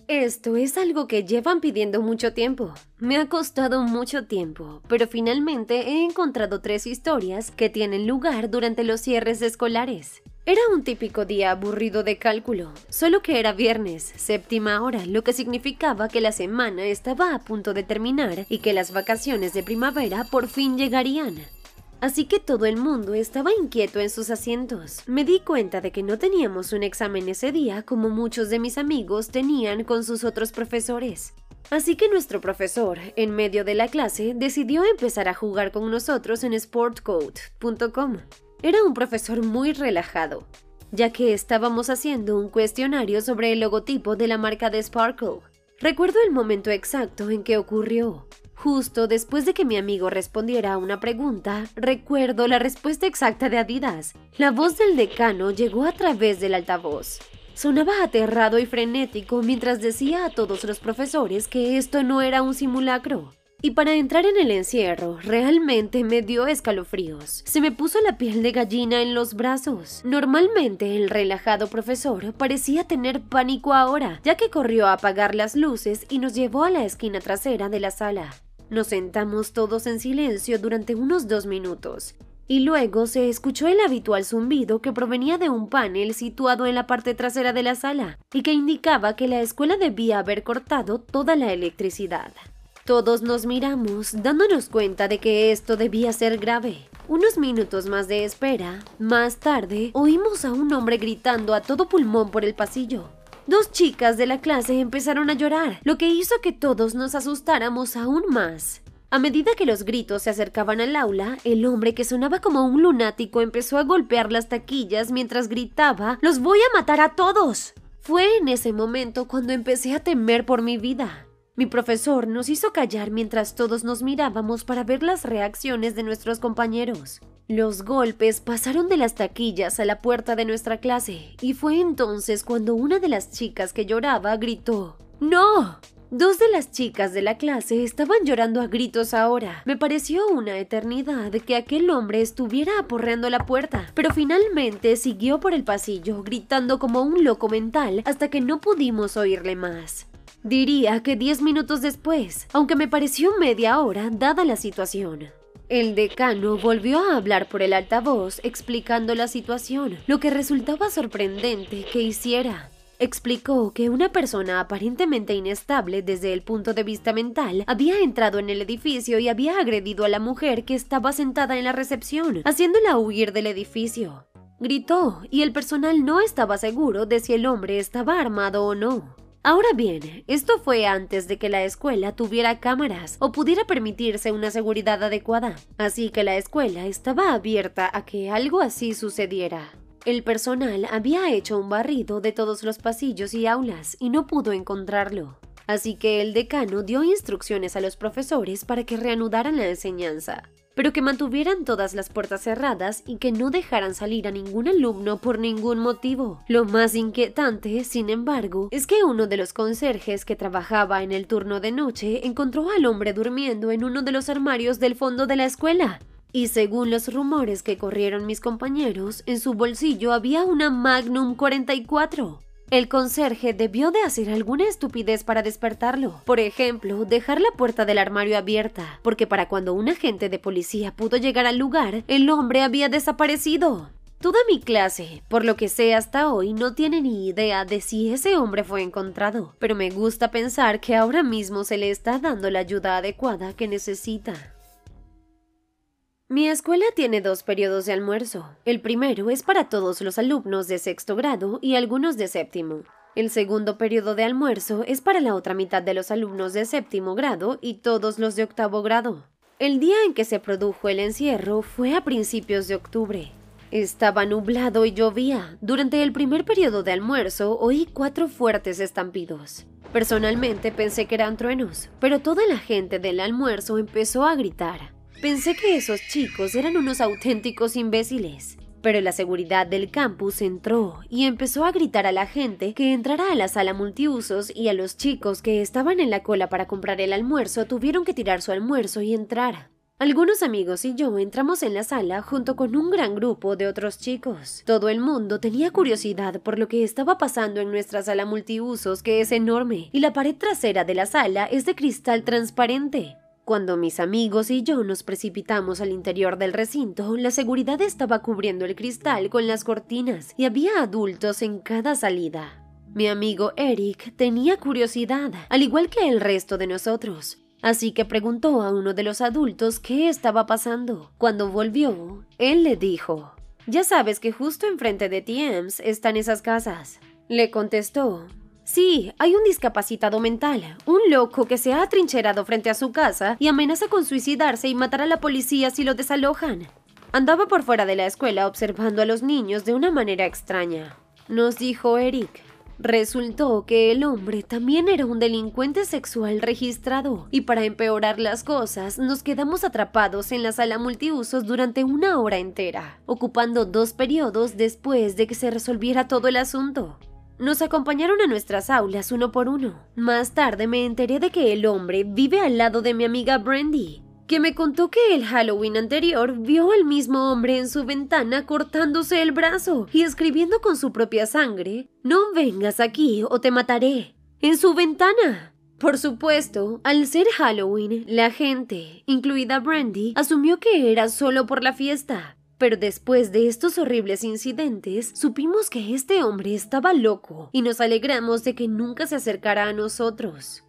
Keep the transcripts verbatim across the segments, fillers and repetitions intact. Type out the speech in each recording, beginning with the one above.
Esto es algo que llevan pidiendo mucho tiempo. Me ha costado mucho tiempo, pero finalmente he encontrado tres historias que tienen lugar durante los cierres escolares. Era un típico día aburrido de cálculo, solo que era viernes, séptima hora, lo que significaba que la semana estaba a punto de terminar y que las vacaciones de primavera por fin llegarían. Así que todo el mundo estaba inquieto en sus asientos. Me di cuenta de que no teníamos un examen ese día como muchos de mis amigos tenían con sus otros profesores. Así que nuestro profesor, en medio de la clase, decidió empezar a jugar con nosotros en sportcode punto com. Era un profesor muy relajado, ya que estábamos haciendo un cuestionario sobre el logotipo de la marca de Sparkle. Recuerdo el momento exacto en que ocurrió. Justo después de que mi amigo respondiera a una pregunta, recuerdo la respuesta exacta de Adidas. La voz del decano llegó a través del altavoz. Sonaba aterrado y frenético mientras decía a todos los profesores que esto no era un simulacro. Y para entrar en el encierro, realmente me dio escalofríos. Se me puso la piel de gallina en los brazos. Normalmente el relajado profesor parecía tener pánico ahora, ya que corrió a apagar las luces y nos llevó a la esquina trasera de la sala. Nos sentamos todos en silencio durante unos dos minutos, y luego se escuchó el habitual zumbido que provenía de un panel situado en la parte trasera de la sala, y que indicaba que la escuela debía haber cortado toda la electricidad. Todos nos miramos, dándonos cuenta de que esto debía ser grave. Unos minutos más de espera, más tarde, oímos a un hombre gritando a todo pulmón por el pasillo. Dos chicas de la clase empezaron a llorar, lo que hizo que todos nos asustáramos aún más. A medida que los gritos se acercaban al aula, el hombre que sonaba como un lunático empezó a golpear las taquillas mientras gritaba: «¡Los voy a matar a todos!». Fue en ese momento cuando empecé a temer por mi vida. Mi profesor nos hizo callar mientras todos nos mirábamos para ver las reacciones de nuestros compañeros. Los golpes pasaron de las taquillas a la puerta de nuestra clase, y fue entonces cuando una de las chicas que lloraba gritó: «¡No!». Dos de las chicas de la clase estaban llorando a gritos ahora. Me pareció una eternidad que aquel hombre estuviera aporreando la puerta, pero finalmente siguió por el pasillo gritando como un loco mental hasta que no pudimos oírle más. Diría que diez minutos después, aunque me pareció media hora dada la situación. El decano volvió a hablar por el altavoz explicando la situación, lo que resultaba sorprendente que hiciera. Explicó que una persona aparentemente inestable desde el punto de vista mental había entrado en el edificio y había agredido a la mujer que estaba sentada en la recepción, haciéndola huir del edificio. Gritó, y el personal no estaba seguro de si el hombre estaba armado o no. Ahora bien, esto fue antes de que la escuela tuviera cámaras o pudiera permitirse una seguridad adecuada, así que la escuela estaba abierta a que algo así sucediera. El personal había hecho un barrido de todos los pasillos y aulas y no pudo encontrarlo, así que el decano dio instrucciones a los profesores para que reanudaran la enseñanza, pero que mantuvieran todas las puertas cerradas y que no dejaran salir a ningún alumno por ningún motivo. Lo más inquietante, sin embargo, es que uno de los conserjes que trabajaba en el turno de noche encontró al hombre durmiendo en uno de los armarios del fondo de la escuela. Y según los rumores que corrieron mis compañeros, en su bolsillo había una Magnum cuarenta y cuatro. El conserje debió de hacer alguna estupidez para despertarlo. Por ejemplo, dejar la puerta del armario abierta, porque para cuando un agente de policía pudo llegar al lugar, el hombre había desaparecido. Toda mi clase, por lo que sé hasta hoy, no tiene ni idea de si ese hombre fue encontrado, pero me gusta pensar que ahora mismo se le está dando la ayuda adecuada que necesita. Mi escuela tiene dos periodos de almuerzo. El primero es para todos los alumnos de sexto grado y algunos de séptimo. El segundo periodo de almuerzo es para la otra mitad de los alumnos de séptimo grado y todos los de octavo grado. El día en que se produjo el encierro fue a principios de octubre. Estaba nublado y llovía. Durante el primer periodo de almuerzo oí cuatro fuertes estampidos. Personalmente pensé que eran truenos, pero toda la gente del almuerzo empezó a gritar. Pensé que esos chicos eran unos auténticos imbéciles, pero la seguridad del campus entró y empezó a gritar a la gente que entrara a la sala multiusos, y a los chicos que estaban en la cola para comprar el almuerzo tuvieron que tirar su almuerzo y entrar. Algunos amigos y yo entramos en la sala junto con un gran grupo de otros chicos. Todo el mundo tenía curiosidad por lo que estaba pasando en nuestra sala multiusos, que es enorme, y la pared trasera de la sala es de cristal transparente. Cuando mis amigos y yo nos precipitamos al interior del recinto, la seguridad estaba cubriendo el cristal con las cortinas y había adultos en cada salida. Mi amigo Eric tenía curiosidad, al igual que el resto de nosotros. Así que preguntó a uno de los adultos qué estaba pasando. Cuando volvió, él le dijo: «Ya sabes que justo enfrente de T M S están esas casas». Le contestó: «Sí, hay un discapacitado mental, un loco que se ha atrincherado frente a su casa y amenaza con suicidarse y matar a la policía si lo desalojan. Andaba por fuera de la escuela observando a los niños de una manera extraña», nos dijo Eric. Resultó que el hombre también era un delincuente sexual registrado, y para empeorar las cosas, nos quedamos atrapados en la sala multiusos durante una hora entera, ocupando dos periodos después de que se resolviera todo el asunto. Nos acompañaron a nuestras aulas uno por uno. Más tarde me enteré de que el hombre vive al lado de mi amiga Brandy, que me contó que el Halloween anterior vio al mismo hombre en su ventana cortándose el brazo y escribiendo con su propia sangre: «No vengas aquí o te mataré», en su ventana. Por supuesto, al ser Halloween, la gente, incluida Brandy, asumió que era solo por la fiesta. Pero después de estos horribles incidentes, supimos que este hombre estaba loco y nos alegramos de que nunca se acercara a nosotros.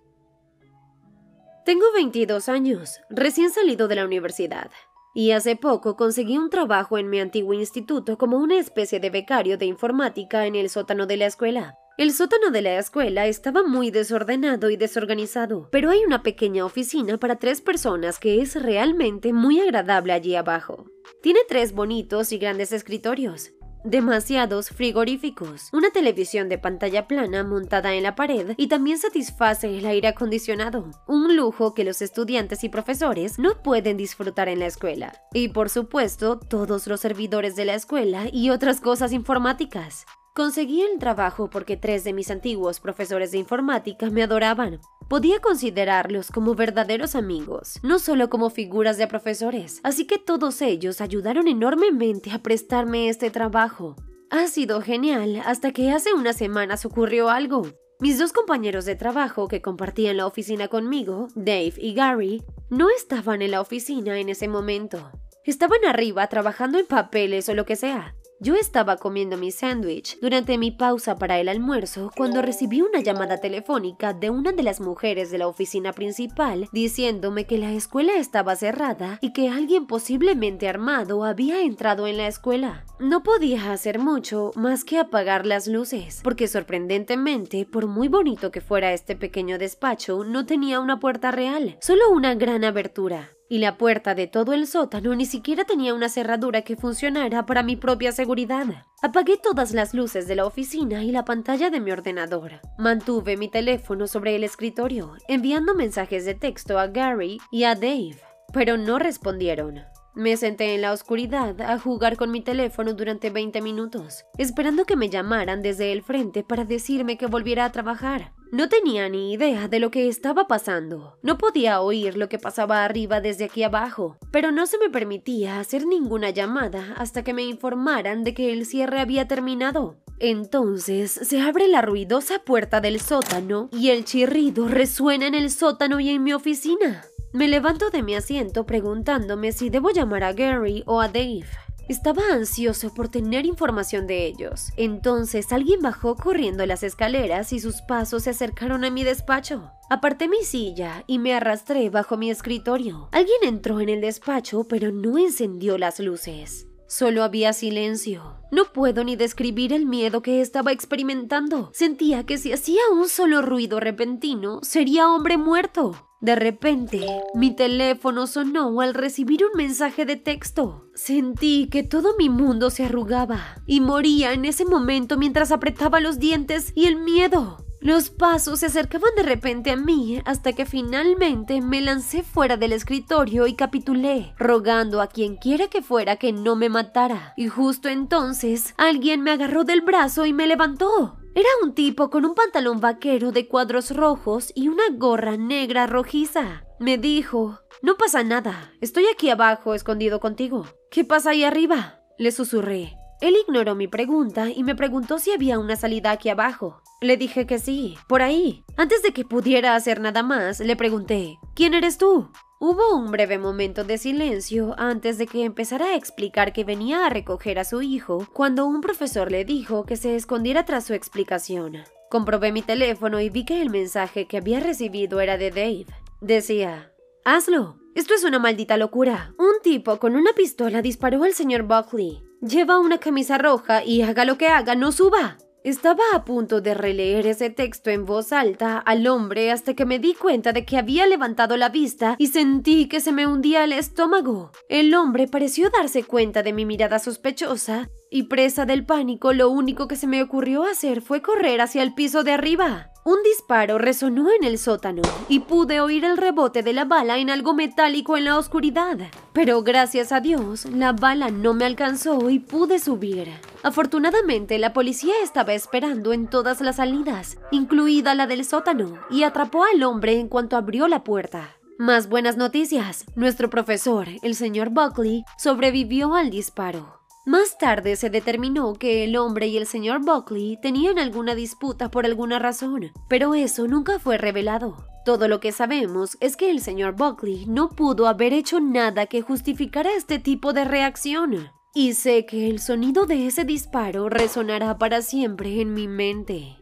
Tengo veintidós años, recién salido de la universidad, y hace poco conseguí un trabajo en mi antiguo instituto como una especie de becario de informática en el sótano de la escuela. El sótano de la escuela estaba muy desordenado y desorganizado, pero hay una pequeña oficina para tres personas que es realmente muy agradable allí abajo. Tiene tres bonitos y grandes escritorios, demasiados frigoríficos, una televisión de pantalla plana montada en la pared y también satisface el aire acondicionado, un lujo que los estudiantes y profesores no pueden disfrutar en la escuela. Y por supuesto, todos los servidores de la escuela y otras cosas informáticas. Conseguí el trabajo porque tres de mis antiguos profesores de informática me adoraban. Podía considerarlos como verdaderos amigos, no solo como figuras de profesores, así que todos ellos ayudaron enormemente a prestarme este trabajo. Ha sido genial hasta que hace unas semanas ocurrió algo. Mis dos compañeros de trabajo que compartían la oficina conmigo, Dave y Gary, no estaban en la oficina en ese momento. Estaban arriba trabajando en papeles o lo que sea. Yo estaba comiendo mi sándwich durante mi pausa para el almuerzo cuando recibí una llamada telefónica de una de las mujeres de la oficina principal diciéndome que la escuela estaba cerrada y que alguien posiblemente armado había entrado en la escuela. No podía hacer mucho más que apagar las luces, porque sorprendentemente, por muy bonito que fuera este pequeño despacho, no tenía una puerta real, solo una gran abertura. Y la puerta de todo el sótano ni siquiera tenía una cerradura que funcionara para mi propia seguridad. Apagué todas las luces de la oficina y la pantalla de mi ordenador. Mantuve mi teléfono sobre el escritorio, enviando mensajes de texto a Gary y a Dave, pero no respondieron. Me senté en la oscuridad a jugar con mi teléfono durante veinte minutos, esperando que me llamaran desde el frente para decirme que volviera a trabajar. No tenía ni idea de lo que estaba pasando. No podía oír lo que pasaba arriba desde aquí abajo, pero no se me permitía hacer ninguna llamada hasta que me informaran de que el cierre había terminado. Entonces se abre la ruidosa puerta del sótano y el chirrido resuena en el sótano y en mi oficina. Me levanto de mi asiento preguntándome si debo llamar a Gary o a Dave. Estaba ansioso por tener información de ellos. Entonces alguien bajó corriendo las escaleras y sus pasos se acercaron a mi despacho. Aparté mi silla y me arrastré bajo mi escritorio. Alguien entró en el despacho, pero no encendió las luces. Solo había silencio. No puedo ni describir el miedo que estaba experimentando. Sentía que si hacía un solo ruido repentino, sería hombre muerto. De repente, mi teléfono sonó al recibir un mensaje de texto. Sentí que todo mi mundo se arrugaba y moría en ese momento mientras apretaba los dientes y el miedo. Los pasos se acercaban de repente a mí hasta que finalmente me lancé fuera del escritorio y capitulé, rogando a quien quiera que fuera que no me matara. Y justo entonces, alguien me agarró del brazo y me levantó. Era un tipo con un pantalón vaquero de cuadros rojos y una gorra negra rojiza. Me dijo: No pasa nada. Estoy aquí abajo, escondido contigo. ¿Qué pasa ahí arriba?, le susurré. Él ignoró mi pregunta y me preguntó si había una salida aquí abajo. Le dije que sí, por ahí. Antes de que pudiera hacer nada más, le pregunté, ¿quién eres tú? Hubo un breve momento de silencio antes de que empezara a explicar que venía a recoger a su hijo, cuando un profesor le dijo que se escondiera tras su explicación. Comprobé mi teléfono y vi que el mensaje que había recibido era de Dave. Decía, hazlo. Esto es una maldita locura. Un tipo con una pistola disparó al señor Buckley. Lleva una camisa roja y haga lo que haga, no suba. Estaba a punto de releer ese texto en voz alta al hombre hasta que me di cuenta de que había levantado la vista y sentí que se me hundía el estómago. El hombre pareció darse cuenta de mi mirada sospechosa y, presa del pánico, lo único que se me ocurrió hacer fue correr hacia el piso de arriba. Un disparo resonó en el sótano y pude oír el rebote de la bala en algo metálico en la oscuridad. Pero gracias a Dios, la bala no me alcanzó y pude subir. Afortunadamente, la policía estaba esperando en todas las salidas, incluida la del sótano, y atrapó al hombre en cuanto abrió la puerta. Más buenas noticias. Nuestro profesor, el señor Buckley, sobrevivió al disparo. Más tarde se determinó que el hombre y el señor Buckley tenían alguna disputa por alguna razón, pero eso nunca fue revelado. Todo lo que sabemos es que el señor Buckley no pudo haber hecho nada que justificara este tipo de reacción. Y sé que el sonido de ese disparo resonará para siempre en mi mente.